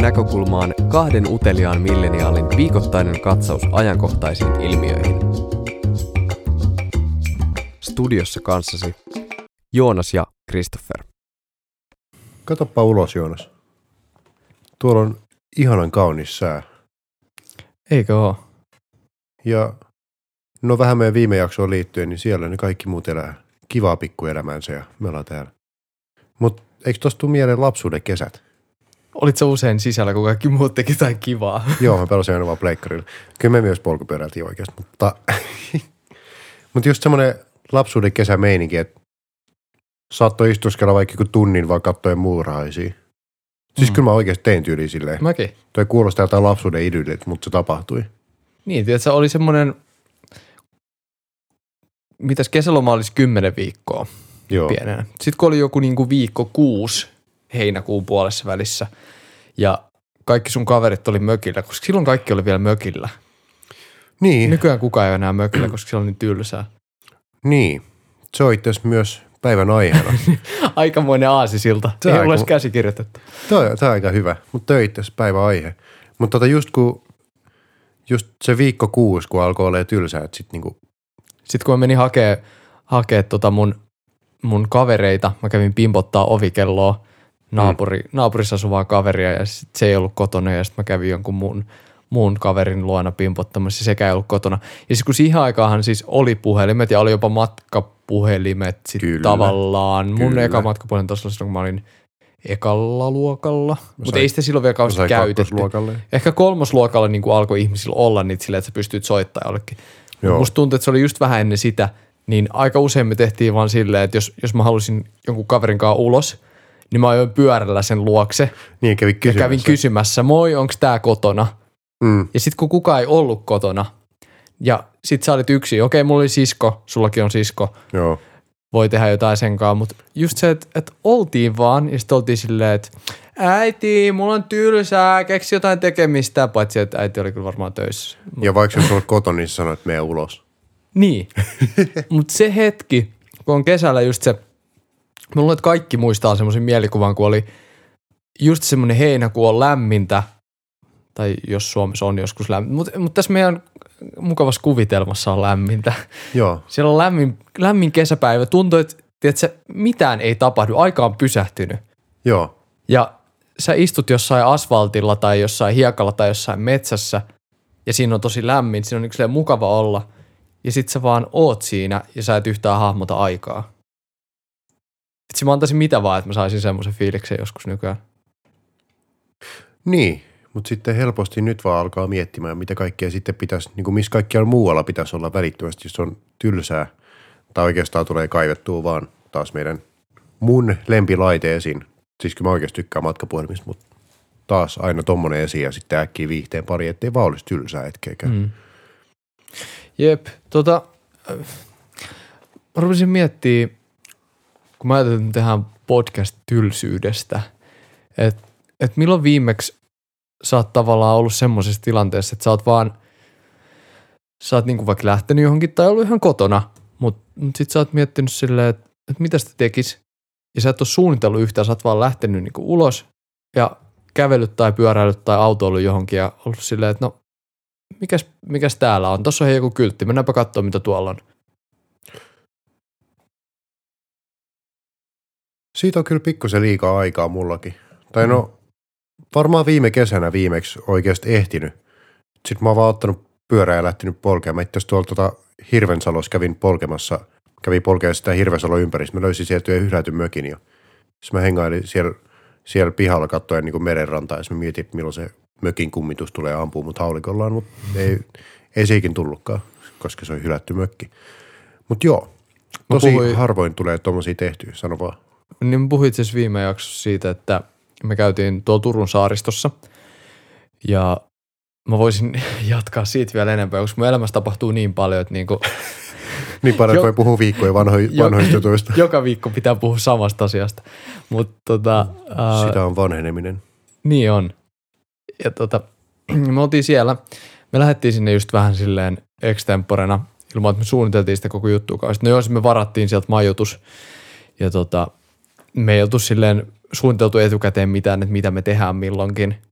näkökulmaan kahden uteliaan milleniaalin viikoittainen katsaus ajankohtaisiin ilmiöihin. Studiossa kanssasi Joonas ja Christopher. Katoppa ulos, Joonas. Tuolla on ihanan kaunis sää. Eikö oo? Ja no vähän meidän viime jaksoon liittyen, niin siellä ne kaikki muut elää kivaa pikkuelämäänsä ja me ollaan täällä. Mutta eikö tosta tule mieleen lapsuuden kesät? Olit sä usein sisällä, kun kaikki muut teki jotain kivaa? Joo, mä pelasin aina vaan pleikkarilla. Kyllä me myös polkupyöräiltiin oikeasti, mutta just semmoinen lapsuuden kesämeininki, että saattoi istuskella vaikka joku tunnin vaan katsoen muurahaisia. Siis kyllä mä oikeasti tein tyyliin silleen. Mäkin. Toi kuulostaa jotain lapsuuden idylliltä, mutta se tapahtui. Niin, tiedätkö, oli semmoinen, mitäs kesäloma olisi 10 viikkoa pienenä. Sitten kun oli joku niinku viikko 6 heinäkuun puolessa välissä ja kaikki sun kaverit oli mökillä, koska silloin kaikki oli vielä mökillä. Niin. Nykyään kukaan ei ole enää mökillä, koska se on niin tylsää. Niin. Se on itse asiassa myös päivän aiheena. Aikamoinen aasisilta. Ei ole edes käsikirjoitettu. Tämä on aika hyvä, mutta tämä on itse asiassa päivän aihe. Mutta just se viikko 6, kun alkoi olemaan tylsää, että sitten niinku. Sitten kun mä menin hakee mun kavereita, mä kävin pimpottaa ovikelloa naapurissa asuvaa kaveria ja sit se ei ollut kotona ja sitten mä kävin jonkun muun kaverin luona pimpottamassa ja sekään ei ollut kotona. Ja sitten kun siihen aikaan siis oli puhelimet ja oli jopa matkapuhelimet sitten tavallaan. Mun eka matkapuhelin tuossa silloin, kun mä olin ekalla luokalla, mutta ei sitä silloin vielä kauheasti käytetty. Ehkä 3. luokalla niin kuin alkoi ihmisillä olla niitä silleen, että sä pystyt soittamaan jollekin. Musta tuntuu, että se oli just vähän ennen sitä, niin aika usein me tehtiin vaan silleen, että jos mä halusin jonkun kaverin kanssa ulos, niin mä ajoin pyörällä sen luokse. Niin, kävin kysymässä, moi, onks tää kotona? Ja sit kun kukaan ei ollut kotona, ja sit sä olit yksin, okei, mulla oli sisko, sullakin on sisko, joo. Voi tehdä jotain sen kanssa, mutta just se, että oltiin vaan, ja sit oltiin silleen, että äiti, mulla on tylsää, keksi jotain tekemistä, paitsi että äiti oli kyllä varmaan töissä. Ja vaikka jos olet kotona, niin sä sanoit, että mene ulos. Niin, mutta se hetki, kun on kesällä just se, mä luulen, että kaikki muistaa semmoisen mielikuvan, kun oli just semmoinen heinäkuu on lämmintä, tai jos Suomessa on joskus lämmintä, mutta tässä meidän mukavassa kuvitelmassa on lämmintä. Joo. Siellä on lämmin kesäpäivä, tuntuu, että tiedätkö, mitään ei tapahdu, aika on pysähtynyt. Joo. Ja sä istut jossain asfaltilla tai jossain hiekalla tai jossain metsässä ja siinä on tosi lämmin, siinä on niin mukava olla ja sit sä vaan oot siinä ja sä et yhtään hahmota aikaa. Itse mä antaisin mitä vaan, että mä saisin semmoisen fiiliksen joskus nykyään. Niin, mutta sitten helposti nyt vaan alkaa miettimään, mitä kaikkea sitten pitäisi, niin kuin missä kaikkialla muualla pitäisi olla välittömästi, jos on tylsää tai oikeastaan tulee kaivettua vaan taas mun lempilaite esiin. Siis kyllä mä oikeasti tykkään matkapuhelimista, mutta taas aina tommonen esiin ja sitten äkkiä viihteen pari, ettei vaan olisi tylsää hetkeäkään. Jep, mä rupesin miettimään, kun mä ajattelin, että me tehdään podcast tylsyydestä, että milloin viimeksi sä oot tavallaan ollut semmoisessa tilanteessa, että sä oot niinku vaikka lähtenyt johonkin tai ollut ihan kotona, mutta sit sä oot miettinyt silleen, että mitä sitä tekis, ja sä et ole suunnitellut yhtään, sä oot vaan lähtenyt niinku ulos ja kävellyt tai pyöräillyt tai autoillut johonkin ja ollut silleen, että no mikäs täällä on? Tossa on joku kyltti, mennäänpä katsoa mitä tuolla on. Siitä on kyllä pikkusen liikaa aikaa mullakin. Tai no, varmaan viime kesänä viimeksi oikeasti ehtinyt. Sitten mä oon vaan ottanut pyörää ja lähtenyt polkemaan. Mä itse asiassa tuolla Hirvensalossa kävin polkemaan sitä Hirvensalon ympäri. Mä löysin sieltä yhden hylätyn mökin jo. Sitten mä hengailin siellä pihalla katsoen niin merenrantaa. Ja mä mietin, että milloin se mökin kummitus tulee ampua mut haulikollaan. Mutta ei seikin tullutkaan, koska se on hylätty mökki. Mutta joo, harvoin tulee tommosia tehtyä, sano vaan. Niin mä puhuin itse asiassa viime jaksossa siitä, että me käytiin tuolla Turun saaristossa ja mä voisin jatkaa siitä vielä enempää, koska mun elämässä tapahtuu niin paljon, että niinku niin paljon, että voi puhua viikkoja vanhoista jutuista. Joka viikko pitää puhua samasta asiasta. Sitä on vanheneminen. Niin on. Ja me oltiin siellä, me lähdettiin sinne just vähän silleen extemporena, ilman että me suunniteltiin sitä koko juttua. Sitten me varattiin sieltä majoitus ja me ei oltu silleen suunniteltu etukäteen mitään, että mitä me tehdään milloinkin.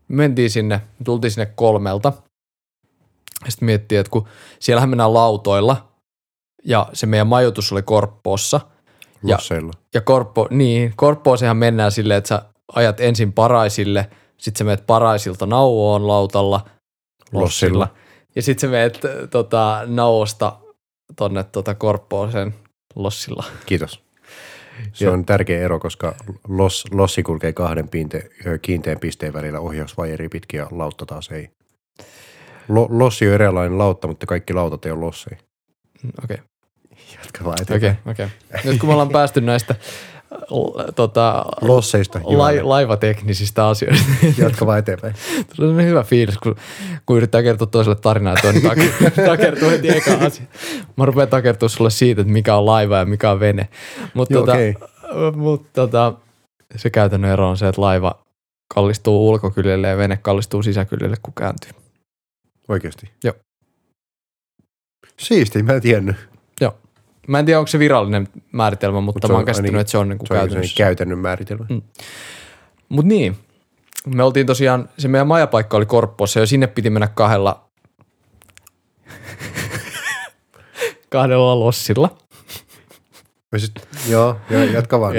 tultiin sinne 3. Sitten miettii, että kun siellähän mennään lautoilla ja se meidän majoitus oli Korppoossa. Losseilla. Ja Korppooseenhan mennään silleen, että sä ajat ensin Paraisille, sitten sä menet Paraisilta Nauvoon lautalla, Lossilla. Ja sitten sä menet Nauvosta tonne Korppooseen Lossilla. Kiitos. Se on tärkeä ero, koska lossi kulkee 2 kiinteän pisteen välillä ohjausvajeri pitkin ja lautta taas ei. Lossi on erilainen lautta, mutta kaikki lautat ei ole losseja. Okei. Jatka vaan eteenpäin. Okei. Nyt kun me ollaan päästy näistä losseista laivateknisistä asioista. Jatka vaan eteenpäin. Tulee sellainen hyvä fiilis, kun yrittää kertoa toiselle tarinaa ja toinen takertuu heti eka asia. Mä rupean takertua sulle siitä, että mikä on laiva ja mikä on vene. Mutta se käytännön ero on se, että laiva kallistuu ulkokyljelle ja vene kallistuu sisäkyljelle, kun kääntyy. Oikeasti? Joo. Siistiä, mä en tiennyt. Joo. Mä en tiedä, onko se virallinen määritelmä, mutta mä oon käsittänyt, että se on niin kuin käytännössä. Se on käytännön määritelmä. Mutta niin, me oltiin tosiaan, se meidän majapaikka oli Korppoossa ja sinne piti mennä 2 lossilla. Joo, jatka vaan. Ja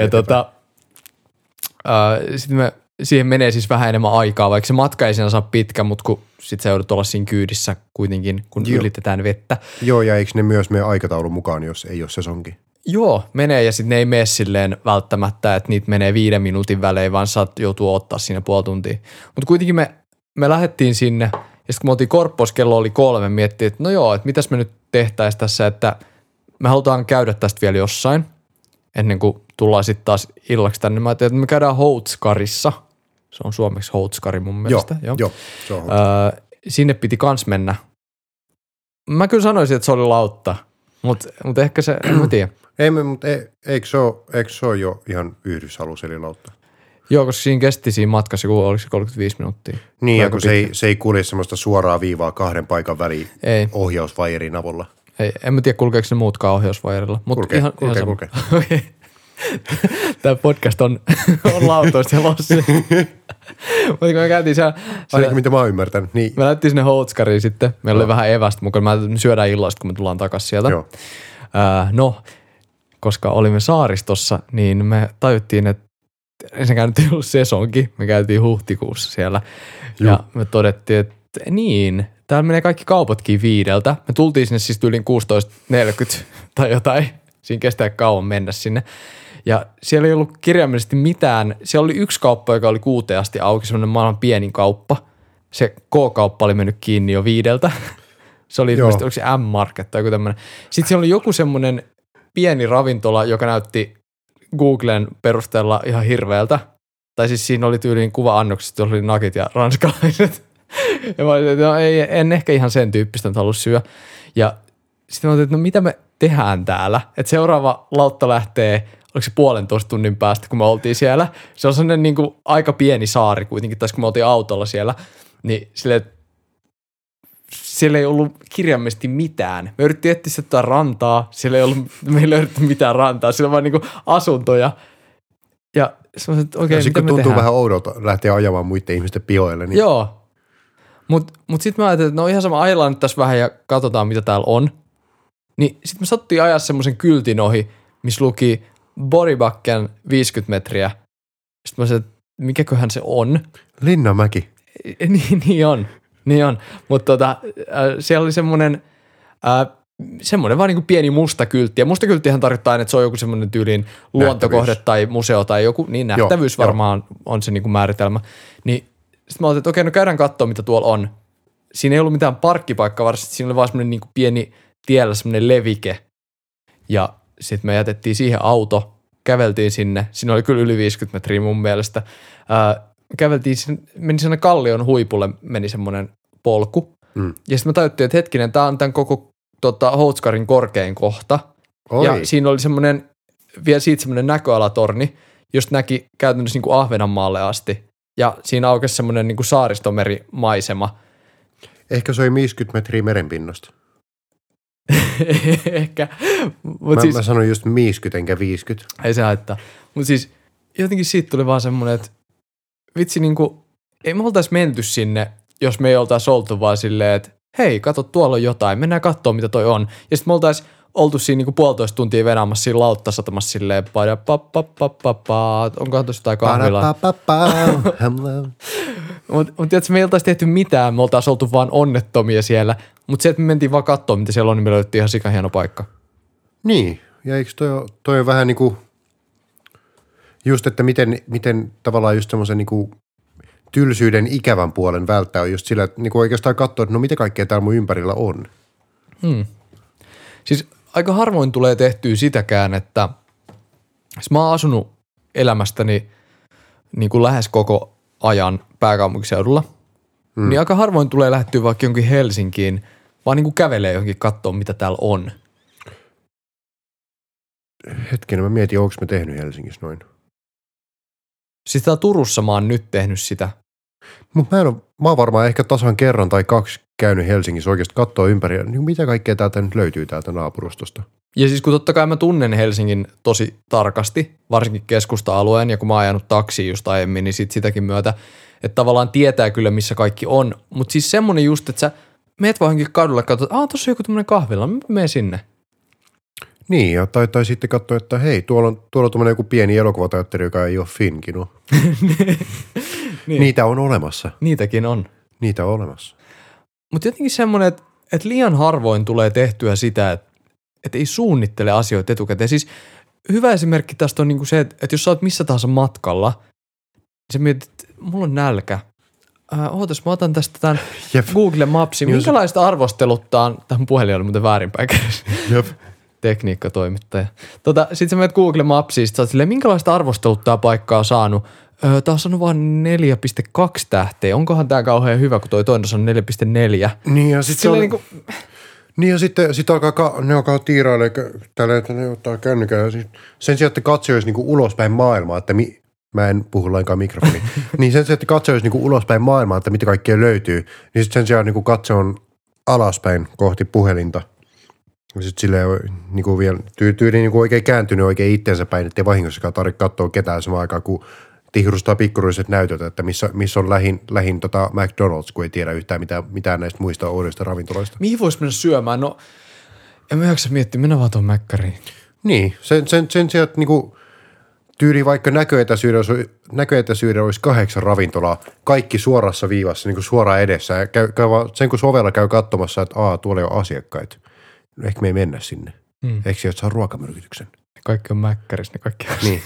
sitten siihen menee siis vähän enemmän aikaa, vaikka se matka ei siinä saa pitkä, mutta kun sit sä joudut olla siinä kyydissä kuitenkin, kun ylitetään vettä. Joo, ja eikö ne myös mene aikataulun mukaan, jos ei ole sesonki? Joo, menee ja sitten ne ei mene silleen välttämättä, että niitä menee 5 minuutin välein, vaan saat joutua ottaa siinä puoli tuntia. Mutta kuitenkin me lähdettiin sinne ja sitten kun me oltiin Korppoossa, kello oli 3, miettii, että no joo, että mitäs me nyt tehtäisiin tässä, että me halutaan käydä tästä vielä jossain ennen kuin tullaan sitten taas illaksi tänne. Mä ajattelin, että me käydään Houtskarissa. Se on suomeksi Houtskari mun mielestä. Joo, se on sinne piti kans mennä. Mä kyllä sanoisin, että se oli lautta, mutta ehkä se, en mä tiedä. Eikö se ole jo ihan yhdysalus eli lautta? Joo, koska siinä kesti siinä matkassa, kun oliko se 35 minuuttia. Niin, ja kun se ei kulje semmoista suoraa viivaa 2 paikan väliin ohjausvajerin avulla. Ei, en mä tiedä, kulkeeko ne muutkaan ohjausvajerilla. Kulkee. Okei. Tämä podcast on lautoista ja lossi. Mutta kun me käytiin siellä... Ainakin mitä mä oon ymmärtänyt. Niin. Me lähdettiin sinne Houtskariin sitten. Meillä oli vähän evästä mukana. Me syödään illasta, kun me tullaan takaisin sieltä. Joo. Koska olimme saaristossa, niin me tajuttiin, että ensinnäkään nyt ei ollut sesonki. Me käytiin huhtikuussa siellä. Joo. Ja me todettiin, että täällä menee kaikki kaupatkin 5. Me tultiin sinne siis yli 16.40 tai jotain. Siinä kestää kauan mennä sinne. Ja siellä ei ollut kirjaimellisesti mitään. Siellä oli yksi kauppa, joka oli 6 asti auki, semmoinen maailman pienin kauppa. Se K-kauppa oli mennyt kiinni jo 5. Se oli ilmeisesti, oliko se M-Market tai joku tämmöinen. Sitten siellä oli joku semmoinen pieni ravintola, joka näytti Googlen perusteella ihan hirveältä. Tai siis siinä oli tyyliin kuva-annoksista, jossa oli nakit ja ranskalaiset. Ja mä olin, että no, en ehkä ihan sen tyyppistä halua syödä. Ja sitten mä olin, että no mitä me tehdään täällä? Että seuraava lautta lähtee, oliko se 1,5 tunnin päästä, kun me oltiin siellä. Se on sellainen niin kuin aika pieni saari kuitenkin, tässä kun me oltiin autolla siellä. Niin silleen, siellä ei ollut kirjaimellisesti mitään. Me yritettiin etsiä sitä rantaa, me ei löydetty mitään rantaa, siellä on vaan niin kuin asuntoja. Ja semmoiset, okei, mitä me tuntuu tehdään? vähän oudolta lähteä ajamaan muiden ihmisten pihoille. Niin... Joo. Mut sitten mä ajattelin, että no ihan sama, ajellaan nyt tässä vähän ja katsotaan, mitä täällä on. Niin sitten me sattiin ajaa semmoisen kyltin ohi, missä luki Borgbacken 50 metriä. Sitten mä sanoin, että mikäköhän se on. Linnanmäki. Niin on. Mutta siellä oli semmoinen vaan niin kuin pieni musta kyltti. Ja musta kylttihän tarkoittaa aina, että se on joku semmoinen tyyliin luontokohde tai museo tai joku. Niin nähtävyys varmaan on se niin kuin määritelmä. Niin sitten mä ajattelin, että okei, no käydään katsoa, mitä tuolla on. Siinä ei ollut mitään parkkipaikkaa, varsinaisesti siinä oli vaan semmoinen niin kuin pieni tiellä semmoinen levike. Ja sitten me jätettiin siihen auto, käveltiin sinne. Siinä oli kyllä yli 50 metriä mun mielestä. Käveltiin sinne, meni sinne kallion huipulle, meni semmoinen polku. Ja sitten me tajuttiin, että hetkinen, tää on tämän koko Houtskarin korkein kohta. Oi. Ja siinä oli semmoinen, vielä siitä semmoinen näköalatorni, josta näki käytännössä niin kuin Ahvenanmaalle asti. Ja siinä aukesi semmoinen niin kuin saaristomerimaisema. Ehkä se oli 50 metriä merenpinnasta. Ehkä. Mä sanoin just 50 enkä 50. Ei se haittaa. Mutta siis jotenkin siitä tuli vaan semmoinen, että vitsi niinku, ei me oltaisi menty sinne, jos me ei oltaisi oltu vaan silleen, että hei, kato, tuolla on jotain, mennään katsoa, mitä toi on. Ja sitten me oltaisiin oltu siinä niinku 1,5 tuntia venaamassa siinä lauttasatamassa silleen, onkohan tuossa jotain kahvilaa. Mutta tiedätkö, me ei oltaisi tehty mitään, me oltaisiin oltu vaan onnettomia siellä. Mutta se, että me mentiin vaan katsoa, mitä siellä on, niin me löydettiin ihan sika hieno paikka. Niin, ja eikö toi on vähän niinku, just että miten tavallaan just semmoisen niinku tylsyyden ikävän puolen välttää on just sillä, että niinku oikeastaan katsoa, että no mitä kaikkea täällä mun ympärillä on. Siis aika harvoin tulee tehtyä sitäkään, että mä oon asunut elämästäni niin kuin lähes koko ajan pääkaupunkiseudulla, niin aika harvoin tulee lähtyä vaikka jonkin Helsinkiin, vaan niin kuin kävelee johonkin katsoa, mitä täällä on. Hetkinen, mä mietin, onko mä tehnyt Helsingissä noin. Siis täällä Turussa mä oon nyt tehnyt sitä. Mutta mä oon varmaan ehkä tasan kerran tai 2 käynyt Helsingissä oikeasti katsoa ympäri, niin mitä kaikkea täältä nyt löytyy täältä naapurustosta. Ja siis kun totta kai mä tunnen Helsingin tosi tarkasti, varsinkin keskusta-alueen, ja kun mä oon ajanut taksiin just aiemmin, niin sitäkin myötä, että tavallaan tietää kyllä, missä kaikki on. Mutta siis semmonen just, että sä meet vaan johonkin kadulle ja katsot, että tossa on joku tämmönen kahvila, mä menen sinne. Niin, ja tai sitten katsoa, että hei, tuolla on tuommoinen joku pieni elokuvateatteri, joka ei ole Finkino. Niin. Niitä on olemassa. Niitäkin on. Niitä on olemassa. Mutta jotenkin semmoinen, että liian harvoin tulee tehtyä sitä, että ei suunnittele asioita etukäteen. Siis hyvä esimerkki tästä on niinku se, että jos sä oot missä tahansa matkalla, niin sä mietit, että mulla on nälkä. Ootas, mä otan tästä tämän Google Mapsin. Minkälaiset arvostelut tähän puhelin oli muuten väärinpäin kädessä. Tekniikkatoimittaja. Sitten sä menet Google Mapsiin, sä oot silleen, minkälaista arvostelut tää paikka on saanut? Tää on saanut vaan 4,2 tähteä. Onkohan tää kauhean hyvä, kun toi toinen on 4,4? Niin ja sitten niin ja sitten ne alkaa tiirailemaan tällä, että ne ottaa kännykää. Sen sijaan, että katsoisi niinku ulospäin maailmaa, että mä en puhu lainkaan mikrofoniin. Niin sen sijaan, että katsoisi niinku ulospäin maailmaa, että mitä kaikkea löytyy, niin sitten sen sijaan niinku katsoon alaspäin kohti puhelinta. Ja sitten silleen niinku vielä tyyliin niinku oikein kääntynyt oikein itsensä päin, ettei vahingossakaan tarvitse katsoa ketään samaan aikaan, kun tihrustaa pikkuruiset näytöt, että missä on lähin McDonald's, kun ei tiedä yhtään mitään näistä muista uudesta ravintoloista. Mihin voisi mennä syömään? No, en mä jaksa miettiä, mennä vaan tuon Mäkkäriin. Niin, sen sijaan, että niinku tyyli vaikka näköetäisyydellä olisi 8 ravintolaa, kaikki suorassa viivassa, niinku suoraan edessä. Ja käy vaan, sen kun sovella käy katsomassa, että tuolla ei ole asiakkaita. Ehkä me ei mennä sinne. Ehkä sieltä saa ruokamyrkytyksen. Kaikki on Mäkkärissä, ne kaikki on. Niin.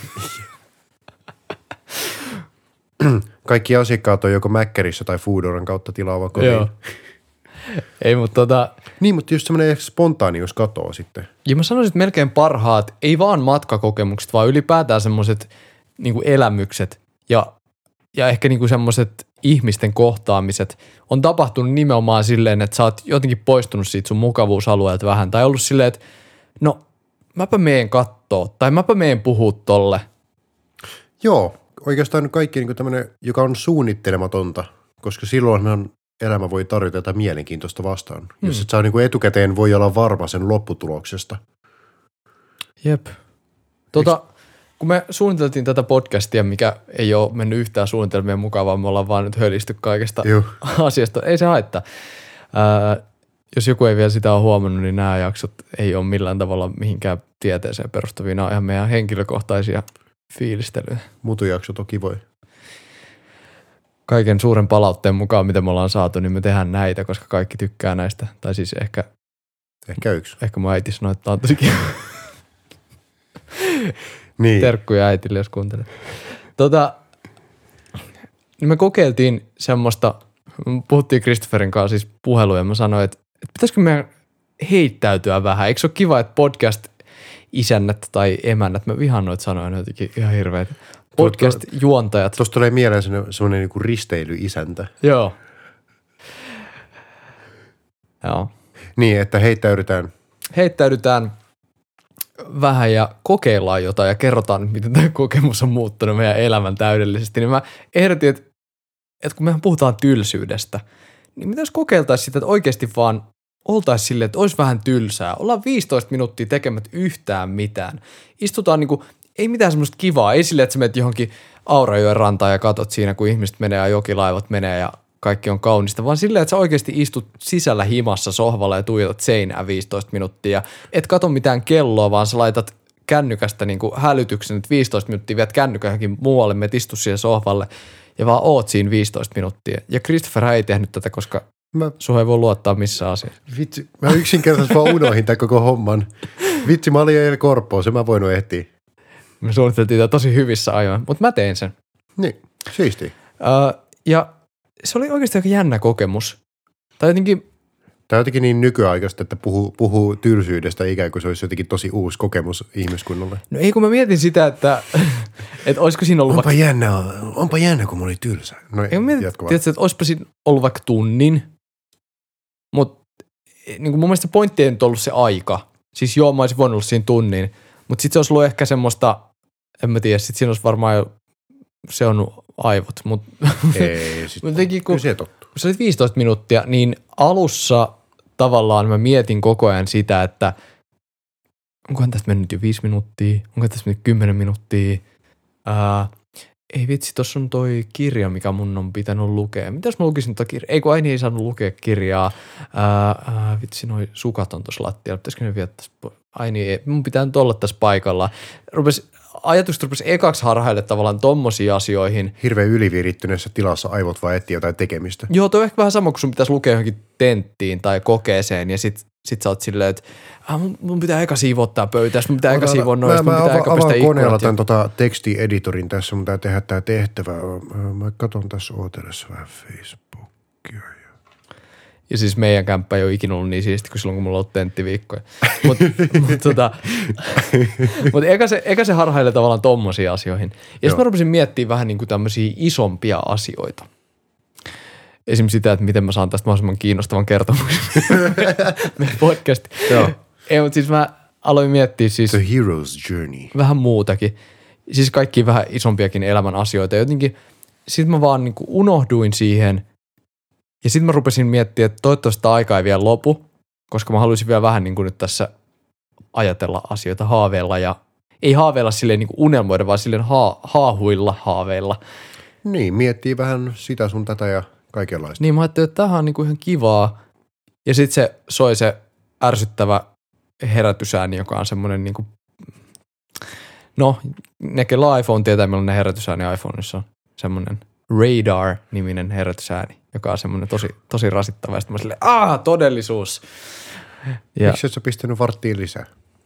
Kaikki asiakkaat on joko Mäkkärissä tai Foodoran kautta tilaava kotiin. Joo. Ei, mutta Niin, mutta just semmoinen spontaanius katoaa sitten. Ja mä sanoisin, että melkein parhaat, ei vaan matkakokemukset, vaan ylipäätään semmoiset niinku elämykset ja ehkä niinku semmoiset ihmisten kohtaamiset on tapahtunut nimenomaan silleen, että sä oot jotenkin poistunut siitä sun mukavuusalueelta vähän. Tai ollut silleen, että no mäpä meen kattoo tai mäpä meen puhua tolle. Joo, oikeastaan kaikki niin tämmöinen, joka on suunnittelematonta, koska silloin elämä voi tarjota jotain mielenkiintoista vastaan. Jos et saa niin kuin etukäteen, voi olla varma sen lopputuloksesta. Jep. Kun me suunniteltiin tätä podcastia, mikä ei ole mennyt yhtään suunnitelmien mukaan, vaan me ollaan vaan nyt hölisty kaikesta asiasta. Ei se haittaa. Jos joku ei vielä sitä ole huomannut, niin nämä jaksot ei ole millään tavalla mihinkään tieteeseen perustuvia. Nämä on ihan meidän henkilökohtaisia fiilistelyjä. Mutujakso toki voi. Kaiken suuren palautteen mukaan, mitä me ollaan saatu, niin me tehdään näitä, koska kaikki tykkää näistä. Tai siis ehkä yksi. Ehkä mun äiti sanoi, että tämä on tosi kiva. Niin. Terkkuja äitille, jos kuuntelet. Niin me kokeiltiin semmoista, puhuttiin Christopherin kanssa siis puheluja, ja mä sanoin, että pitäisikö meidän heittäytyä vähän. Eikö se ole kiva, että podcast-isännät tai emännät, mä vihaan noita sanoja, ne jotenkin ihan hirveitä. Podcast-juontajat. Tuosta tulee mieleen semmoinen niin kuin risteilyisäntä. Joo. Niin, että heittäydytään vähän ja kokeillaan jotain ja kerrotaan, miten tämä kokemus on muuttunut meidän elämän täydellisesti. Niin mä ehdotin, että kun mehän puhutaan tylsyydestä, niin mitä jos kokeiltaisiin sitä, että oikeasti vaan oltaisiin silleen, että olisi vähän tylsää. Ollaan 15 minuuttia tekemät yhtään mitään. Istutaan niinku ei mitään semmoista kivaa. Ei silleen, että sä menet johonkin Aurajoen rantaan ja katot siinä, kun ihmiset menee ja jokilaivat menee ja kaikki on kaunista, vaan silleen, että sä oikeasti istut sisällä himassa sohvalla ja tuijotat seinää 15 minuuttia. Et kato mitään kelloa, vaan sä laitat kännykästä niin kuin hälytyksen, että 15 minuuttia viet kännykän johonkin muualle, menet istu siihen sohvalle ja vaan oot siinä 15 minuuttia. Ja Christopher ei tehnyt tätä, koska sun ei voi luottaa missään asiassa. Vitsi, mä yksinkertaisesti vaan unohin tämän koko homman. Vitsi, mä olin eilen korppoon, se mä voinut ehtiä. Me suunniteltiin tätä tosi hyvissä ajoin, mutta mä tein sen. Niin, siistiä. Ja se oli oikeasti aika jännä kokemus. Tai jotenkin... Tämä on jotenkin niin nykyaikaista, että puhuu tylsyydestä ikään kuin se olisi jotenkin tosi uusi kokemus ihmiskunnalle. No ei, kun mä mietin sitä, että olisiko siinä ollut Onpa jännä, kun mä olin tylsä. No ei, mietin, tiedätkö, että olisipa siinä ollut vaikka tunnin, mutta niin mun mielestä pointti ei nyt ollut se aika. Siis joo, mä olisin voinut olla siinä tunnin, mutta sitten se olisi ollut ehkä semmoista, en mä tiedä, sitten siinä olisi varmaan jo seonnut aivot. Ei, kun se oli 15 minuuttia, niin alussa tavallaan mä mietin koko ajan sitä, että onkohan tästä mennyt jo 5 minuuttia, onkohan tästä mennyt 10 minuuttia. Ei vitsi, tossa on toi kirja, mikä mun on pitänyt lukea. Mitäs mä lukisin tota kirjaa? Ei kun Aini ei saanut lukea kirjaa. Vitsi, noi sukat on tossa lattialla. Pitäisikö ne viedä tässä? Aini ei. Mun pitää nyt olla tässä paikalla. Ajatukset rupesi ekaksi harhaille tavallaan tommosia asioihin. Hirveän ylivirittyneessä tilassa aivot vaan etsii jotain tekemistä. Joo, toi on ehkä vähän sama, kun sun pitäisi lukea johonkin tenttiin tai kokeeseen ja sit sä oot silleen, että mun pitää eka siivoa tää pöytä, mun pitää eka siivoa noista, mun pitää eka pestä ikkunat. Mä avaan koneella tämän tekstieditorin tässä, mun pitää tehdä tää tehtävä. Mä katson tässä ootellessa vähän Facebookia. Ja siis meidän kämppä ei ole ikinä ollut niin siisti kuin silloin, kun mulla on ollut tenttiviikkoja. Mutta eka se harhailee tavallaan tommosiin asioihin. Ja sitten mä rupesin miettimään vähän niin kuin tämmöisiä isompia asioita. Esimerkiksi sitä, että miten mä saan tästä mahdollisimman kiinnostavan kertomuksen meidän podcasti. Ei, mutta siis mä aloin miettiä siis The Hero's Journey. Vähän muutakin. Siis kaikki vähän isompiakin elämän asioita. Jotenkin sit mä vaan niin kuin unohduin siihen. Ja sitten mä rupesin miettimään, että toivottavasti tämä aika ei vielä lopu, koska mä haluaisin vielä vähän niin kuin nyt tässä ajatella asioita haaveilla ja ei haaveilla silleen niin kuin unelmoida, vaan silleen haahuilla haaveilla. Niin, miettii vähän sitä sun tätä ja kaikenlaista. Niin, mä ajattelin, että tämähän on niin kuin ihan kivaa. Ja sitten se soi se ärsyttävä herätysääni, joka on semmoinen niin kuin, no, ne kellä iPhone tietää, millainen herätysääni iPhoneissa on. Semmoinen Radar-niminen herätysääni, joka on semmoinen tosi rasittava. Ja sitten mä silleen, todellisuus. Ja, miksi et sä pistänyt varttiin lisää?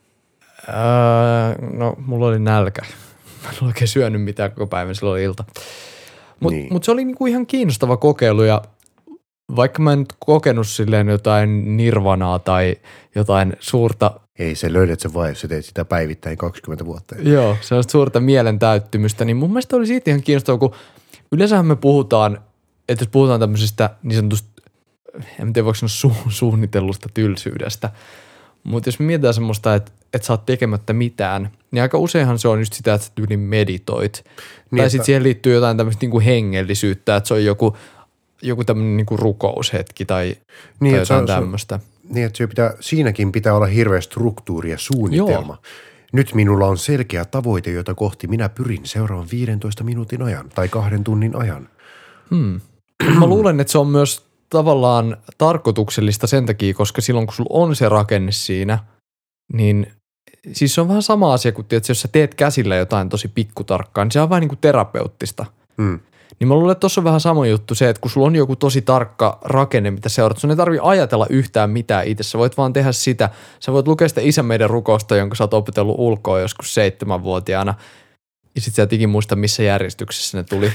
No, mulla oli nälkä. Mä en ole oikein syönyt mitään koko päivän, silloin oli ilta. Mutta se oli niinku ihan kiinnostava kokeilu ja vaikka mä en nyt kokenut silleen jotain nirvanaa tai jotain suurta... Ei, se löydät se vai, jos sä teet sitä päivittäin 20 vuotta. Joo, sellaista suurta mielen täyttymystä, niin mun mielestä oli siitä ihan kiinnostavaa, kun yleensähän me puhutaan, että jos puhutaan tämmöisestä niin sanotusta, en tiedä voiko sanoa suunnitellusta tylsyydestä, mutta jos me mietitään semmoista, että sä oot tekemättä mitään, niin aika useinhan se on just sitä, että sä tyyliin meditoit. Niin, tai sitten siihen liittyy jotain tämmöistä niinku hengellisyyttä, että se on joku tämmöinen niinku rukoushetki tai jotain tämmöistä. Niin, että siinäkin pitää olla hirveä struktuuri ja suunnitelma. Joo. Nyt minulla on selkeä tavoite, jota kohti minä pyrin seuraavan 15 minuutin ajan tai 2 tunnin ajan. Mä luulen, että se on myös tavallaan tarkoituksellista sen takia, koska silloin kun sulla on se rakenne siinä, niin siis se on vähän sama asia kuin että jos sä teet käsillä jotain tosi pikkutarkkaan, niin se on vähän niin kuin terapeuttista. Niin mä luulen, että tossa on vähän sama juttu se, että kun sulla on joku tosi tarkka rakenne, mitä seurat, sun ei tarvitse ajatella yhtään mitään itse. Sä voit vaan tehdä sitä. Sä voit lukea sitä Isän meidän rukousta, jonka sä oot opetellut ulkoa joskus 7-vuotiaana. Ja sit sä et ikin muista, missä järjestyksessä ne tuli.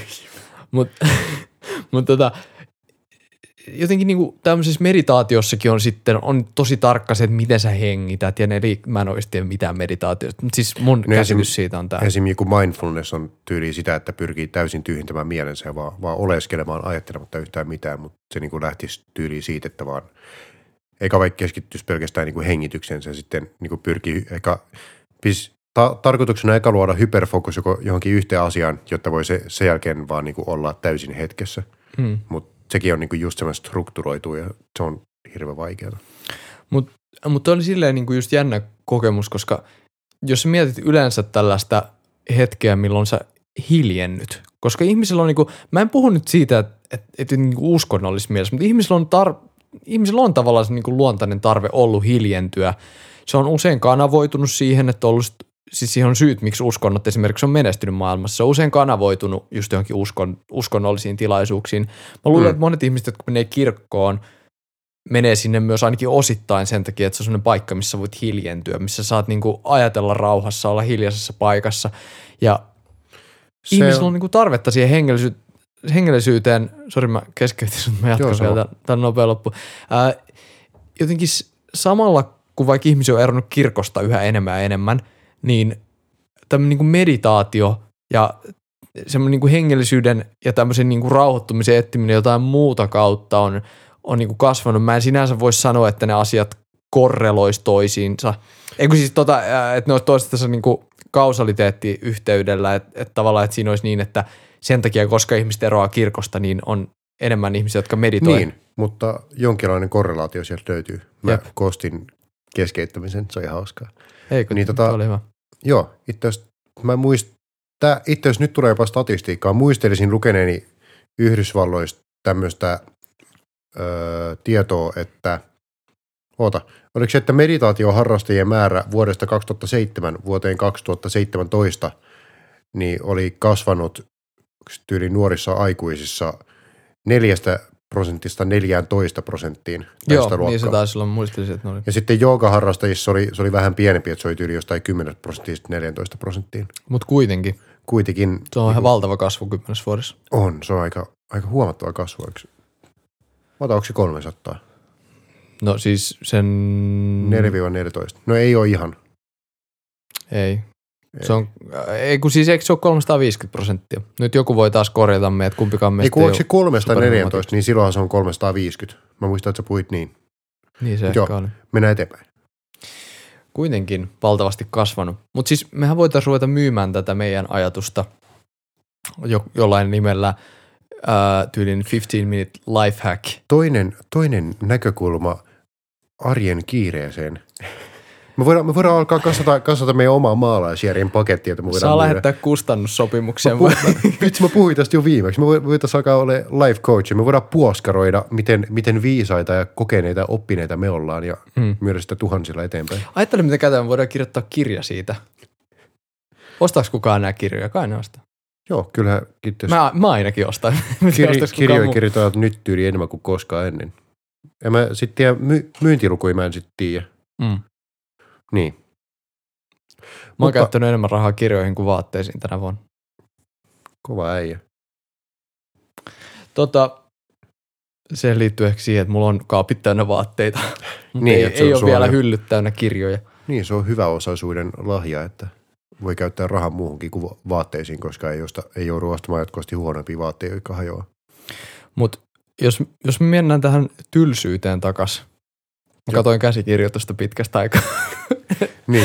Mutta jotenkin niinku tämmöisessä meditaatiossakin on tosi tarkka se, että miten sä hengität. Ja mä en oikeasti tiedä mitään meditaatiosta. Mutta siis mun käsitys siitä on tää. Esimerkiksi mindfulness on tyyli sitä, että pyrkii täysin tyhjentämään mielensä ja vaan oleskelemaan ajattelematta yhtään mitään. Mutta se niinku lähtisi tyyliin siitä, että vaan eikä vaikka keskittyisi pelkästään niinku hengitykseen. Se sitten niinku pyrkii tarkoituksena eka luoda hyperfokus johonkin yhteen asiaan, jotta voi sen jälkeen vaan niinku olla täysin hetkessä. Mutta sekin on niinku just semmoinen strukturoitu ja se on hirveän vaikeaa. Mutta oli silleen niinku just jännä kokemus, koska jos sä mietit yleensä tällaista hetkeä, milloin sä hiljennyt. Koska ihmisellä on niinku, mä en puhu nyt siitä, että niinku uskonnollisessa mielessä, mutta ihmisellä on tavallaan se niinku luontainen tarve ollut hiljentyä. Se on usein kanavoitunut siihen, että siis siihen on syyt, miksi uskonnot esimerkiksi on menestynyt maailmassa. Se on usein kanavoitunut just johonkin uskonnollisiin tilaisuuksiin. Mä luulen, että monet ihmiset, jotka menee kirkkoon, menee sinne myös ainakin osittain sen takia, että se on sellainen paikka, missä voit hiljentyä, missä saat niinku ajatella rauhassa, olla hiljaisessa paikassa. Ja ihmisillä on niinku tarvetta siihen hengellisyyteen. Sori, mä keskeytin sun, mä jatkan vielä tämän nopea loppu. Jotenkin samalla, kun vaikka ihmisiä on eronnut kirkosta yhä enemmän ja enemmän, niin tämmöinen niinku meditaatio ja semmoinen niinku hengellisyyden ja tämmöisen niinku rauhoittumisen etsiminen jotain muuta kautta on niinku kasvanut. Mä en sinänsä voi sanoa, että ne asiat korreloisi toisiinsa. Eikö siis että ne olisi toisessa niinku kausaliteettiyhteydellä, että tavallaan, että siinä olisi niin, että sen takia, koska ihmiset eroaa kirkosta, niin on enemmän ihmisiä, jotka meditoi. Niin, mutta jonkinlainen korrelaatio sieltä löytyy. Mä kostin keskeyttämisen, se on ihan hauskaa. Eikö? Niin, oli hyvä. Joo, itse asiassa nyt tulee jopa statistiikkaa. Muistelisin lukeneeni Yhdysvalloista tämmöistä tietoa, että oliko se, että meditaatioharrastajien määrä vuodesta 2007 vuoteen 2017 niin oli kasvanut tyyli nuorissa aikuisissa 4% 14%. Joo, niin se taisi olla, muistelisin, että ne oli. Ja sitten joogaharrastajissa se oli vähän pienempi, että se oli tyyli jostain 10% 14%. Mutta kuitenkin. Se on ihan valtava kasvu 10 vuodessa. Se on aika huomattava kasvu. Onko se 300? No siis sen... 4-14. No ei ole ihan. Ei. Se on, eikö se ole 350%? Nyt joku voi taas korjata meitä, että kumpikaan meistä ei ole. Eikö se 314, niin silloinhan se on 350. Mä muistan, että sä puhuit niin. Niin se ehkä oli. Mennään eteenpäin. Kuitenkin valtavasti kasvanut. Mutta siis mehän voitaisiin ruveta myymään tätä meidän ajatusta jollain nimellä tyylin 15-minute life hack. Toinen näkökulma arjen kiireeseen. Me voidaan alkaa kasata meidän omaa maalaisjärjen pakettia. Saa lähettää kustannussopimuksen. Mä puhuin tästä jo viimeksi. Me voitaisiin alkaa olla life coach. Me voidaan puoskaroida, miten viisaita ja kokeneita oppineita me ollaan ja myydä sitä tuhansilla eteenpäin. Ajattele, miten käydään. Voidaan kirjoittaa kirja siitä. Ostaako kukaan nämä kirjoja? Kai ne ostaa. Joo, kyllähän. Mä ainakin ostan. Kirjoja kirjoitetaan nyt tyyli enemmän kuin koskaan ennen. Ja mä sitten tiedä, myyntilukuja mä en sitten tiedä. Niin. Mä oon käyttänyt enemmän rahaa kirjoihin kuin vaatteisiin tänä vuonna. Kova äijä. Se liittyy ehkä siihen, että mulla on kaapit täynnä vaatteita. Niin, ei ole vielä hyllyt täynnä kirjoja. Niin, se on hyväosaisuuden lahja, että voi käyttää rahaa muuhunkin kuin vaatteisiin, koska ei joudu ostamaan jatkuvasti huonompia vaatteita, jotka hajoaa. Mutta jos me mennään tähän tylsyyteen takas. Mä katoin käsikirjoitusta pitkästä aikaa. Niin.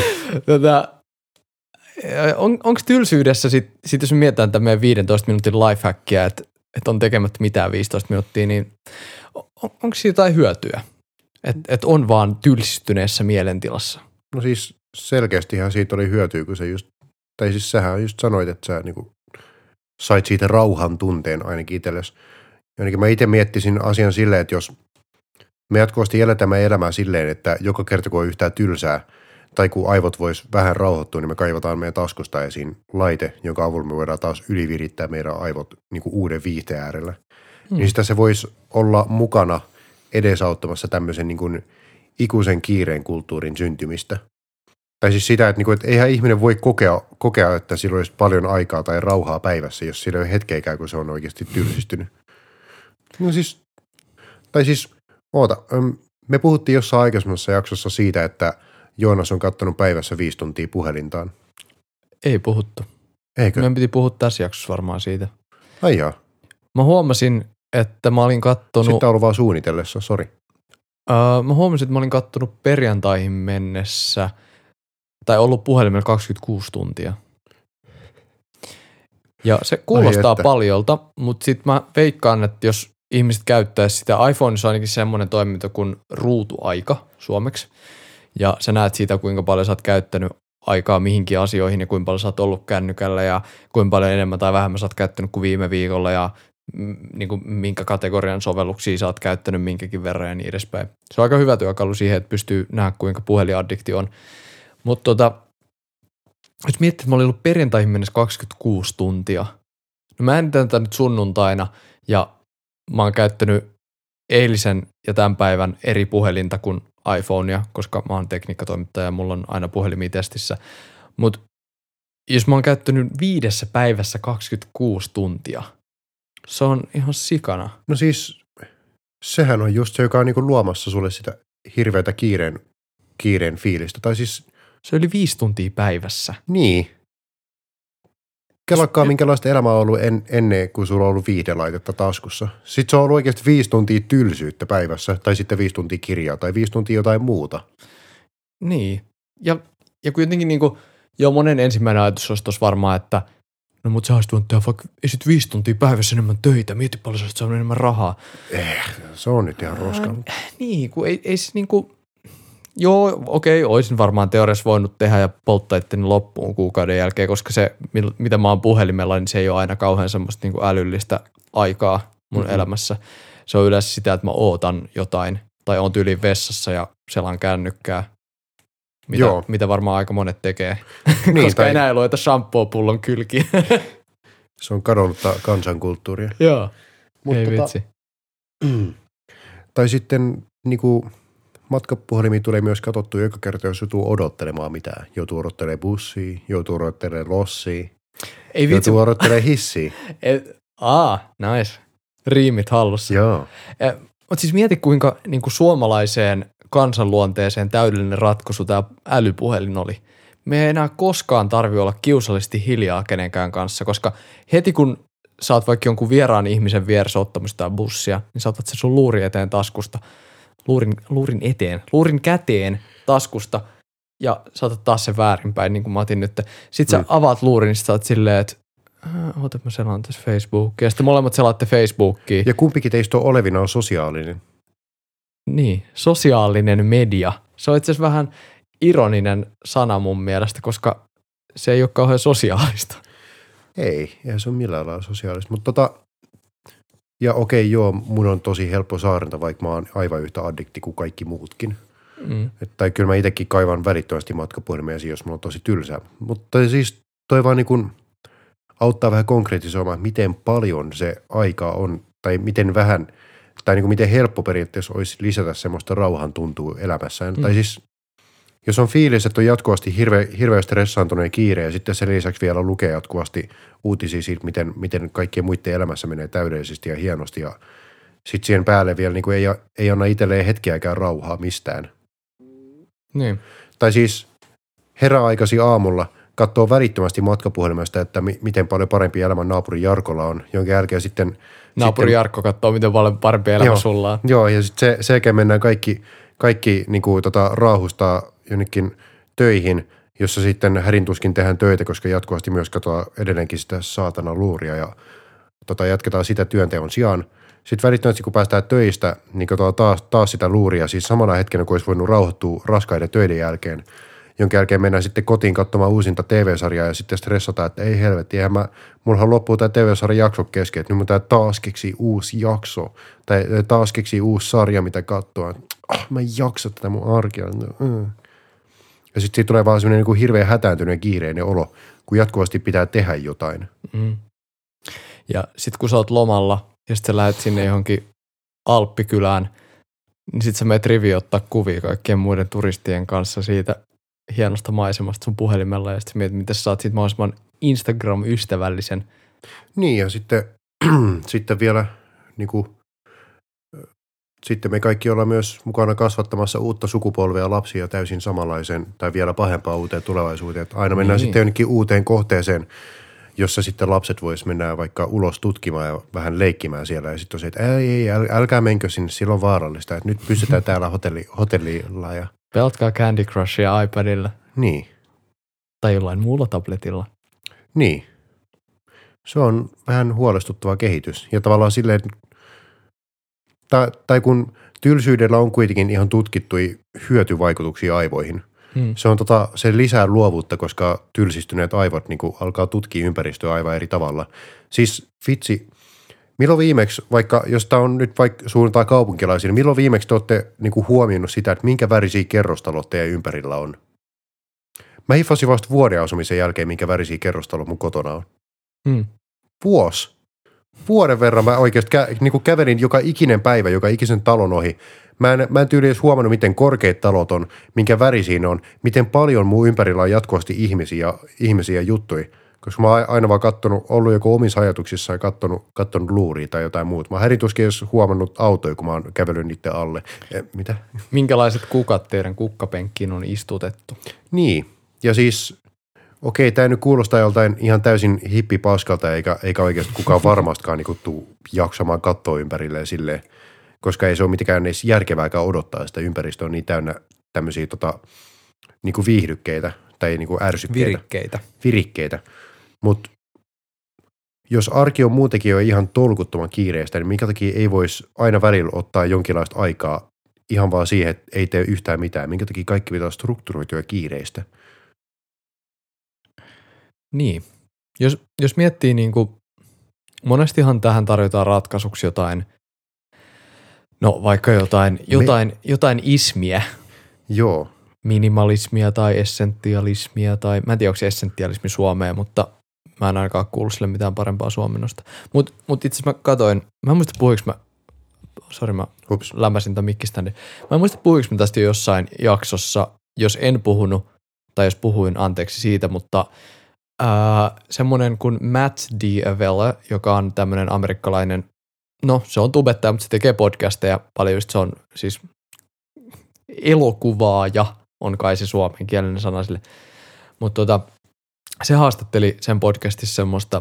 Onko tylsyydessä, sit jos me mietitään tämän meidän 15 minuutin lifehackia, että on tekemättä mitään 15 minuuttia, niin onko siitä jotain hyötyä? Että on vaan tylsistyneessä mielentilassa? No siis selkeästihan siitä oli hyötyä, kun sähän just sanoit, että sä niinku sait siitä rauhan tunteen ainakin itsellesi. Ainakin mä itse miettisin asian silleen, että jos me jatkuvasti eletään elämää silleen, että joka kerta kun on yhtään tylsää tai kun aivot vois vähän rauhoittua, niin me kaivataan meidän taskusta esiin laite, jonka avulla me voidaan taas ylivirittää meidän aivot niin kuin uuden viihteen äärellä. Niin sitä se voisi olla mukana edesauttamassa tämmöisen niin kuin ikuisen kiireen kulttuurin syntymistä. Tai siis sitä, että, niin kuin, että eihän ihminen voi kokea, että sillä olisi paljon aikaa tai rauhaa päivässä, jos sillä ei ole hetkeäkään, kun se on oikeasti tylsistynyt. No siis, me puhuttiin jossain aikaisemmassa jaksossa siitä, että Joonas on kattonut päivässä 5 tuntia puhelintaan. Ei puhuttu. Eikö? Meidän piti puhua tässä jaksossa varmaan siitä. Ai jaa. Mä huomasin, että mä olin kattonut... Sitten on ollut vaan suunnitellessa, sori. Mä huomasin, että mä olin kattonut perjantaihin mennessä, tai ollut puhelimella 26 tuntia. Ja se kuulostaa paljolta, mutta sit mä veikkaan, että jos ihmiset käyttäisi sitä, iPhoneissa on ainakin semmoinen toiminto kuin ruutuaika suomeksi, ja sä näet siitä, kuinka paljon sä oot käyttänyt aikaa mihinkin asioihin ja kuinka paljon sä oot ollut kännykällä ja kuinka paljon enemmän tai vähemmän sä oot käyttänyt kuin viime viikolla ja niin kuin minkä kategorian sovelluksia sä oot käyttänyt minkäkin verran ja niin edespäin. Se on aika hyvä työkalu siihen, että pystyy nähdä kuinka puhelinaddikti on. Mutta jos miettii, että mä olin ollut perjantaihin mennessä 26 tuntia. No mä äänitän tätä nyt sunnuntaina ja mä oon käyttänyt eilisen ja tämän päivän eri puhelinta kuin iPhonea, koska mä oon tekniikkatoimittaja ja mulla on aina puhelimia testissä. Mutta jos mä oon käyttänyt 5 päivässä 26 tuntia, se on ihan sikana. No siis sehän on just se, joka on niinku luomassa sulle sitä hirveätä kiireen fiilistä. Tai siis se oli 5 tuntia päivässä. niin. Kelakkaa, minkälaista elämää on ollut ennen kuin sulla on ollut viihdelaitetta taskussa. Sitten se on ollut oikeasti 5 tuntia tylsyyttä päivässä, tai sitten 5 tuntia kirjaa, tai 5 tuntia jotain muuta. Niin. Ja kuitenkin niinku, monen ensimmäinen ajatus olisi tuossa varmaan, että no mut sä olisit voinut tehdä vaikka 5 tuntia päivässä enemmän töitä, mieti paljon sä olisit saanut enemmän rahaa. Se on nyt ihan roskaa. Niin, kun ei se niinku, joo, okei, olisin varmaan teoriassa voinut tehdä ja polttaa itteni loppuun kuukauden jälkeen, koska se, mitä mä oon puhelimella, niin se ei ole aina kauhean semmoista niinku älyllistä aikaa mun elämässä. Se on yleensä sitä, että mä ootan jotain, tai oon tyyliin vessassa ja selaan kännykkää, mitä varmaan aika monet tekee, niin, koska enää ei lueta shampoo-pullon kylkiä. Se on kadonnutta kansankulttuuria. Joo, ei vitsi. Tai sitten niinku matkapuhelimiin tulee myös katsottua joka kerta, jos joutuu odottelemaan mitään. Joutuu odottelemaan bussia, joutuu odottelemaan lossia, joutuu odottelemaan hissiä. Nice. Riimit hallussa. Joo. Mutta siis mieti, kuinka niinku suomalaiseen kansanluonteeseen täydellinen ratkaisu tämä älypuhelin oli. Me ei enää koskaan tarvitse olla kiusallisesti hiljaa kenenkään kanssa, koska heti kun sä oot vaikka jonkun vieraan ihmisen vieressä ottamista bussia, niin sä otat se sun luurin eteen taskusta. Luurin käteen taskusta ja saatat taas sen väärinpäin, niin kuin mä otin nyt. Sitten sä avaat luurin, niin sä oot silleen, että otat mä selaan tässä Facebookia. Ja sitten molemmat selaatte Facebookia. Ja kumpikin teistä on olevinaan sosiaalinen. Niin, sosiaalinen media. Se on itse asiassa vähän ironinen sana mun mielestä, koska se ei ole kauhean sosiaalista. Eihän se ole millään lailla sosiaalista, mutta ja okei, joo, mun on tosi helppo saarenta, vaikka mä oon aivan yhtä addikti kuin kaikki muutkin. Tai kyllä mä itsekin kaivan välittömästi matkapuhelimia, jos mulla on tosi tylsää. Mutta siis toi vaan niin kuin auttaa vähän konkretisoimaan, miten paljon se aikaa on, tai miten vähän, tai niin kuin miten helppo periaatteessa olisi lisätä semmoista rauhan tuntua elämässään. Tai siis, jos on fiilis, että on jatkuvasti hirveän stressaantunut ja kiire, ja sitten sen lisäksi vielä lukee jatkuvasti uutisia siitä, miten kaikkien muiden elämässä menee täydellisesti ja hienosti, ja sitten siihen päälle vielä niin kuin ei anna itselleen hetkeäkään rauhaa mistään. Niin. Tai siis herää aikaisin aamulla, katsoo välittömästi matkapuhelimesta, että miten paljon parempi elämä naapuri Jarkolla on, jonka jälkeen sitten naapuri Jarkko katsoo, miten paljon parempi elämä sulla on. Joo, ja sitten sen jälkeen mennään kaikki niin kuin, raahustaa jonnekin töihin, jossa sitten hädintuskin tehdään töitä, koska jatkuvasti myös katsoa edelleenkin sitä saatana luuria ja jatketaan sitä työnteon sijaan. Sitten välittömästi, kun päästään töistä, niin taas sitä luuria, siis samana hetkenä, kun olisi voinut rauhoittua raskaiden töiden jälkeen, jonka jälkeen mennään sitten kotiin katsomaan uusinta TV-sarjaa ja sitten stressataan, että ei helvetti, mullahan loppuu tämä TV-sarjan jakso kesken, että nyt mun tää taas keksii uusi jakso tai taas keksii uusi sarja, mitä katsoa. Mä en jaksa tätä mun arkea. Ja sitten siitä tulee vaan semmoinen niin kuin hirveän hätääntyneen kiireinen olo, kun jatkuvasti pitää tehdä jotain. Ja sitten kun sä oot lomalla ja sitten sä lähdet sinne johonkin Alppikylään, niin sitten sä menet riviin ottaa kuvia kaikkien muiden turistien kanssa siitä hienosta maisemasta sun puhelimella ja sitten mietit, miten sä saat siitä mahdollisimman Instagram-ystävällisen. Niin ja sitten vielä niin kuin, sitten me kaikki ollaan myös mukana kasvattamassa uutta sukupolvea lapsia täysin samanlaisen tai vielä pahempaa uuteen tulevaisuuteen. Että aina mennään sitten jonnekin uuteen kohteeseen, jossa sitten lapset vois mennä vaikka ulos tutkimaan ja vähän leikkimään siellä. Ja sitten on se, että älkää menkö sinne, silloin vaarallista. Että nyt pysytään täällä hotellilla ja pelatkaa Candy Crushia iPadilla. Niin. Tai jollain muulla tabletilla. Niin. Se on vähän huolestuttava kehitys. Ja tavallaan silleen, tai kun tylsyydellä on kuitenkin ihan tutkittuja hyötyvaikutuksia aivoihin. Se on se lisää luovuutta, koska tylsistyneet aivot niin kuin alkaa tutkia ympäristöä aivan eri tavalla. Siis vitsi, milloin viimeksi, vaikka jos tämä on nyt vaikka suuntaan kaupunkilaisia, niin milloin viimeksi te olette niin kuin huomioinut sitä, että minkä värisiä kerrostalot teidän ympärillä on? Mä hiffasin vasta vuoden asumisen jälkeen, minkä värisiä kerrostalot mun kotona on. Vuoden verran mä oikeasti niin kävelin joka ikinen päivä, joka ikisen talon ohi. Mä en tyyli edes huomannut, miten korkeat talot on, minkä väri siinä on, miten paljon mun ympärillä on jatkuvasti ihmisiä ja juttuja. Koska mä oon aina vaan ollut joku omissa ajatuksissa ja kattonut luuria tai jotain muuta. Mä härin tuskin edes huomannut autoja, kun mä oon kävellyt niiden alle. Mitä? Minkälaiset kukat teidän kukkapenkkiin on istutettu? Niin, ja siis okei, tämä nyt kuulostaa joltain ihan täysin hippipaskalta, eikä oikeasti kukaan varmastikaan niin tuu jaksamaan katsoa ympärilleen silleen, koska ei se ole mitenkään edes järkevääkään odottaa sitä. Ympäristö on niin täynnä tämmöisiä niin kuin viihdykkeitä tai niin kuin ärsykkeitä. Virikkeitä. Mutta jos arki on muutenkin jo ihan tolkuttoman kiireistä, niin minkä takia ei voisi aina välillä ottaa jonkinlaista aikaa ihan vaan siihen, että ei tee yhtään mitään. Minkä takia kaikki pitää strukturoitua kiireistä. Niin. Jos miettii niin kuin, monestihan tähän tarjotaan ratkaisuksi jotain, no vaikka jotain ismiä. Joo. Minimalismia tai essentialismia tai, mä en tiedä onko se essentialismi Suomeen, mutta mä en ainakaan kuullut sille mitään parempaa suomennosta. Mut itse asiassa mä katoin, mä en muista puhuinko mä lämmäsin tämän mikkistäni. Mä en muista puhuinko mä tästä jo jossain jaksossa, jos en puhunut tai jos puhuin, anteeksi siitä, mutta semmoinen kuin Matt D'Avella, joka on tämmöinen amerikkalainen, no se on tubettaja, mutta se tekee podcasteja paljon, just se on siis elokuvaaja, on kai se suomenkielinen sana sille. Mutta se haastatteli sen podcastissa semmoista,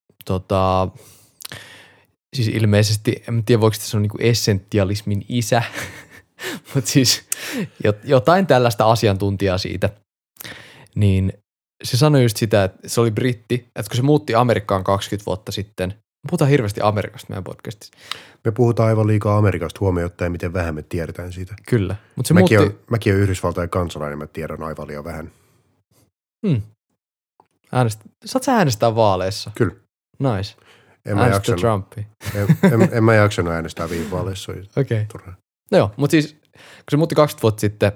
siis ilmeisesti, en tiedä voiko se on niinku essentialismin isä, mutta siis jotain tällaista asiantuntijaa siitä, niin se sanoi just sitä, että se oli britti, että kun se muutti Amerikkaan 20 vuotta sitten, puhutaan hirveästi Amerikasta meidän podcastissa. Me puhutaan aivan liikaa Amerikasta huomioon ottaen, miten vähän me tiedetään siitä. Kyllä. Mutta se mäkin olen Yhdysvaltain kansalainen, mä tiedän aivan liian vähän. Saat sä äänestää vaaleissa? Kyllä. Nice. Äänestä Trumpia. En mä jaksanut äänestää viime vaaleissa. Okei. No joo, mutta siis kun se muutti 20 vuotta sitten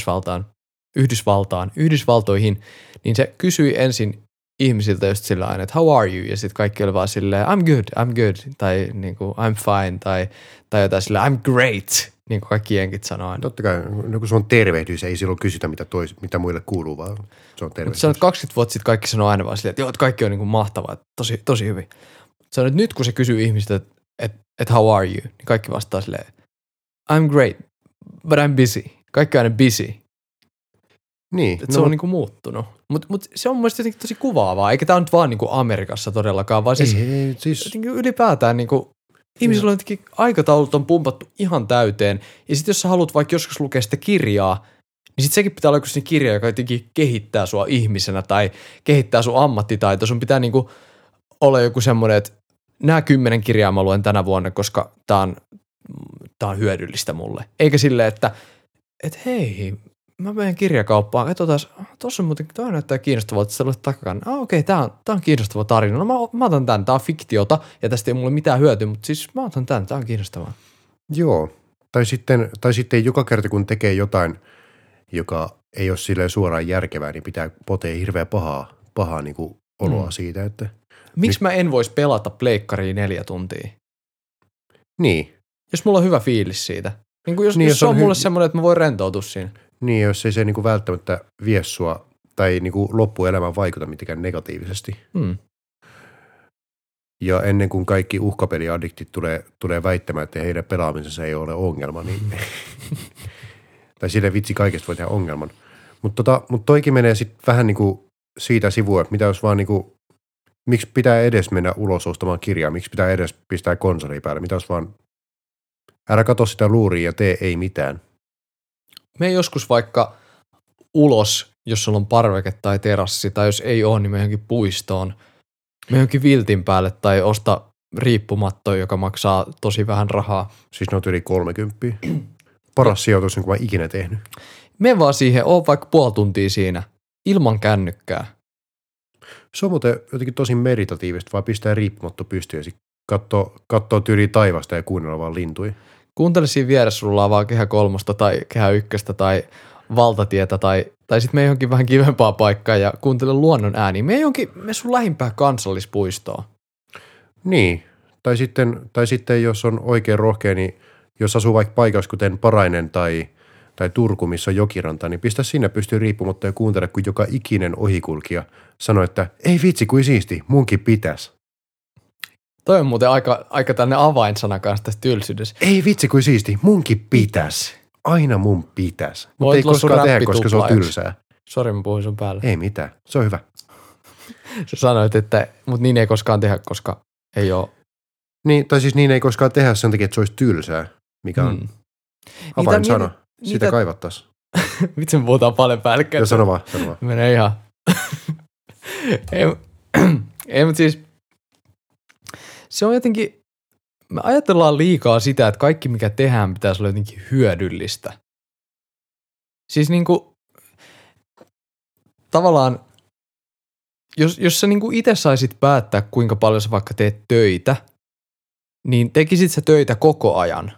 Yhdysvaltoihin, niin se kysyi ensin ihmisiltä just sillä aina, että how are you? Ja sitten kaikki oli vaan silleen, I'm good, tai niinku, I'm fine, tai jotain silleen, I'm great, niin kuin kaikki jenkit sanoo. Totta kai, no kun se on tervehdys, ei silloin kysytä, mitä muille kuuluu, vaan se on tervehdys. Mutta 20 vuotta sitten kaikki sanoo aina vaan silleen, että joo, että kaikki on niinku mahtavaa, tosi hyvin. Sanoit, nyt kun se kysyy ihmisiltä, että how are you, niin kaikki vastaa silleen, I'm great, but I'm busy. Kaikki on aina busy. Niin. Se on niinku muuttunut. Mut se on mun mielestä jotenkin tosi kuvaavaa, eikä tää on nyt vaan niinku Amerikassa todellakaan, vaan siis ylipäätään niinku ihmisillä on jotenkin aikataulut on pumpattu ihan täyteen. Ja sit jos sä haluat vaikka joskus lukea sitä kirjaa, niin sit sekin pitää olla joku sellainen kirja, joka jotenkin kehittää sua ihmisenä tai kehittää sun ammattitaito. Sun pitää niinku olla joku semmoinen, että nämä 10 kirjaa mä luen tänä vuonna, koska tää on hyödyllistä mulle. Eikä silleen, että hei, mä menen kirjakauppaan, katsotaan, tuossa muuten, toi näyttää kiinnostavalta, että sä luet takakannan. Okei, tää on kiinnostava tarina. No mä otan tän, tää on fiktiota ja tästä ei mulle mitään hyötyä, mutta siis mä otan tän, tää on kiinnostavaa. Joo, tai sitten joka kerta kun tekee jotain, joka ei ole silleen suoraan järkevää, niin pitää potea hirveän pahaa niin kuin oloa siitä, että miksi mä en voisi pelata pleikkaria 4 tuntia? Niin. Jos mulla on hyvä fiilis siitä. Jos se on mulle semmoinen, että mä voin rentoutua siinä. Niin, jos ei se niinku välttämättä vie sua tai niinku loppuelämään vaikuta mitenkään negatiivisesti. Ja ennen kuin kaikki uhkapeliaddiktit tulee väittämään, että heidän pelaamisensa ei ole ongelma, niin tai sille vitsi kaikesta voi tehdä ongelman. Mutta toikin menee sitten vähän niinku siitä sivua, että mitä jos vaan niinku, miksi pitää edes mennä ulos ostamaan kirjaa, miksi pitää edes pistää konsoli päälle, mitä jos vaan älä katso sitä luuria ja tee ei mitään. Mene joskus vaikka ulos, jos sulla on parveke tai terassi, tai jos ei ole, niin mene johonkin puistoon. Mene johonkin viltin päälle tai osta riippumatto, joka maksaa tosi vähän rahaa. Siis ne on yli 30. Paras sijoitus, jonka mä ikinä tehnyt. Me vaan siihen, oo vaikka puoli tuntia siinä, ilman kännykkää. Se on muuten jotenkin tosi meditatiivista, vaan pistää riippumatta pystyyn ja sitten katsoo tyyliin taivasta ja kuunnella vaan lintuja. Kuuntele siinä vieressä rullaa vaan Kehä 3 tai Kehä 1 tai valtatietä tai sitten me johonkin vähän kivempaa paikkaa ja kuuntele luonnon ääniä. Me sun lähimpää kansallispuistoa. Niin, tai sitten jos on oikein rohkea, niin jos asuu vaikka paikassa kuten Parainen tai Turku, missä on jokiranta, niin pistä sinne pystyy riippumatta ja kuuntele, kun joka ikinen ohikulkija sanoo, että ei vitsi, kuin siisti, munkin pitäisi. Toi on muuten aika tällainen avainsana kanssa tässä tylsyydessä. Ei vitsi, kuin siisti, munkin pitäisi. Aina mun pitäisi. Mutta ei koskaan tehdä, koska se on tylsää. Sori, mä puhuin sun päälle. Ei mitään, se on hyvä. Sä sanoit, että mutta niin ei koskaan tehdä, koska ei ole. Niin, tai siis niin ei koskaan tehdä sen takia, että se olisi tylsää, mikä on avainsana. Sitä kaivattaisiin. Vitsi, me puhutaan paljon päällekkäin. Sano vaan. Menee ihan. ei, mutta siis se on jotenkin, me ajatellaan liikaa sitä, että kaikki mikä tehdään pitäisi olla jotenkin hyödyllistä. Siis niinku tavallaan, jos sä niinku itse saisit päättää, kuinka paljon sä vaikka teet töitä, niin tekisit sä töitä koko ajan?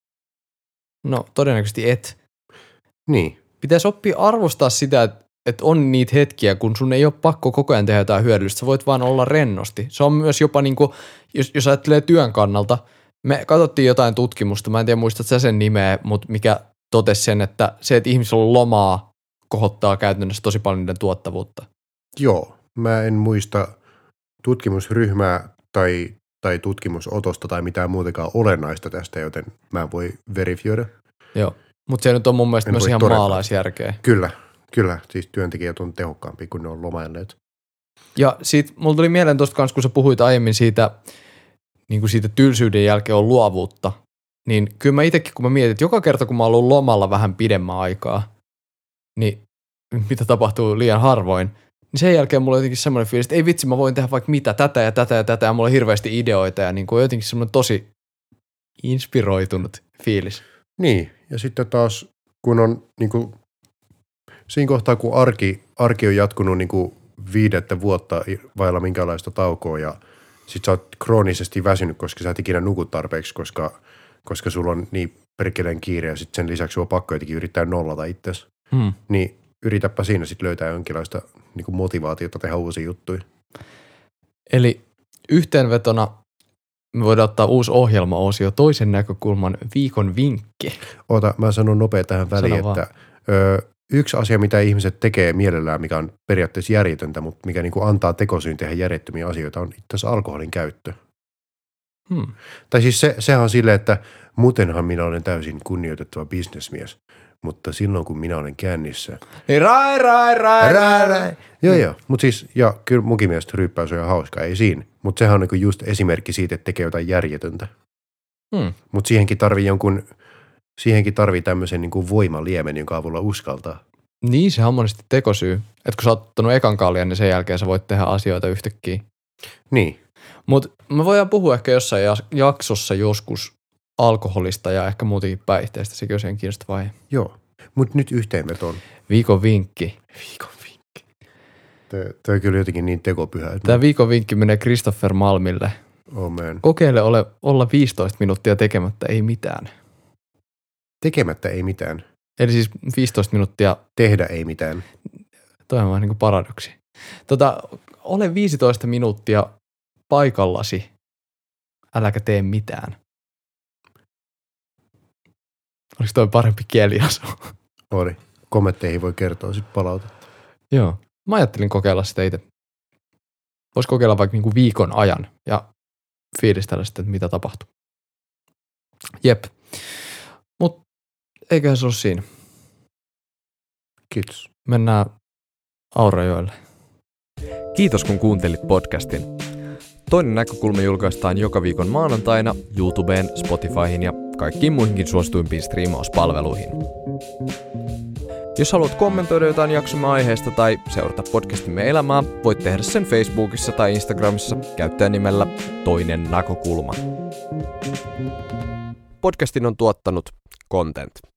No todennäköisesti et. Niin. Pitäisi oppia arvostaa sitä, että on niitä hetkiä, kun sun ei ole pakko koko ajan tehdä jotain hyödyllistä. Sä voit vaan olla rennosti. Se on myös jopa niinku, jos ajattelee työn kannalta, me katsottiin jotain tutkimusta, mä en tiedä muistat sä sen nimeä, mutta mikä totesi sen, että se, että ihmisellä on lomaa, kohottaa käytännössä tosi paljon niiden tuottavuutta. Joo, mä en muista tutkimusryhmää tai tutkimusotosta tai mitään muutakaan olennaista tästä, joten mä en voi verifioida. Joo, mutta se nyt on mun mielestä myös ihan maalaisjärkeä. Kyllä, siis työntekijät on tehokkaampia, kun ne on lomailleet. Ja sit mulla tuli mieleen tosta kanssa, kun sä puhuit aiemmin siitä, niin kuin siitä tylsyyden jälkeen on luovuutta, niin kyllä mä itsekin, kun mä mietin, että joka kerta, kun mä oon ollut lomalla vähän pidemmän aikaa, niin mitä tapahtuu liian harvoin, niin sen jälkeen mulla on jotenkin semmoinen fiilis, että ei vitsi, mä voin tehdä vaikka mitä, tätä ja tätä ja tätä, ja mulla on hirveästi ideoita, ja niin kuin jotenkin semmoinen tosi inspiroitunut fiilis. Niin, ja sitten taas, kun on niin kuin, siinä kohtaa, kun arki on jatkunut niin kuin 5 vuotta vailla minkäänlaista taukoa, ja sit sä oot kroonisesti väsynyt, koska sä et ikinä nuku tarpeeksi, koska sulla on niin perkeleen kiire, ja sitten sen lisäksi sulla on pakko jotenkin yrittää nollata itsesi. Niin yritäpä siinä sitten löytää jonkinlaista niin kuin motivaatiota tehdä uusia juttuja. Eli yhteenvetona me voidaan ottaa uusi ohjelmaosio, toisen näkökulman viikon vinkki. Oota, mä sanon nopea tähän väliin, että yksi asia, mitä ihmiset tekee mielellään, mikä on periaatteessa järjetöntä, mutta mikä niin kuin antaa tekosyyn tehdä järjettömiä asioita, on itse asiassa alkoholin käyttö. Tai siis sehän on silleen, että muutenhan minä olen täysin kunnioitettava bisnesmies, mutta silloin kun minä olen kännissä. Niin rai. Joo. Mutta siis, ja kyllä munkin mielestä ryyppäys on ihan hauskaa, ei siinä. Mutta sehän on niinku just esimerkki siitä, että tekee jotain järjetöntä. Mutta siihenkin tarvii tämmöisen niinku voimaliemen, jonka avulla uskaltaa. Niin, se on monesti tekosyy. Että kun sä oot ottanut ekan kaljan, niin sen jälkeen sä voit tehdä asioita yhtäkkiä. Niin. Mutta me voidaan puhua ehkä jossain jaksossa joskus alkoholista ja ehkä muutenkin päihteistä. Sekin on sen kiinnostava aihe. Joo, mutta nyt yhteenvetoon. Viikon vinkki. Tämä on kyllä jotenkin niin tekopyhä. Tämä viikon vinkki menee Christopher Malmille. Oh man. Kokeile olla 15 minuuttia tekemättä ei mitään. Tekemättä ei mitään. Eli siis 15 minuuttia. Tehdä ei mitään. Toi on vaan niin kuin paradoksi. Ole 15 minuuttia paikallasi, äläkä tee mitään. Oliko toi parempi kieliasu? Oli. Kommentteihin voi kertoa sitten palautetta. Joo. Mä ajattelin kokeilla sitä itse. Voisi kokeilla vaikka niinku viikon ajan ja fiilistellä sitten, että mitä tapahtuu. Jep. Mut eiköhän se ole siinä. Kiitos. Mennään Aurajoelle. Kiitos kun kuuntelit podcastin. Toinen näkökulma julkaistaan joka viikon maanantaina YouTubeen, Spotifyhin ja kaikkiin muihinkin suosituimpiin striimauspalveluihin. Jos haluat kommentoida jotain jaksomme aiheesta tai seurata podcastimme elämää, voit tehdä sen Facebookissa tai Instagramissa käyttäjänimellä Toinen näkökulma. Podcastin on tuottanut Content.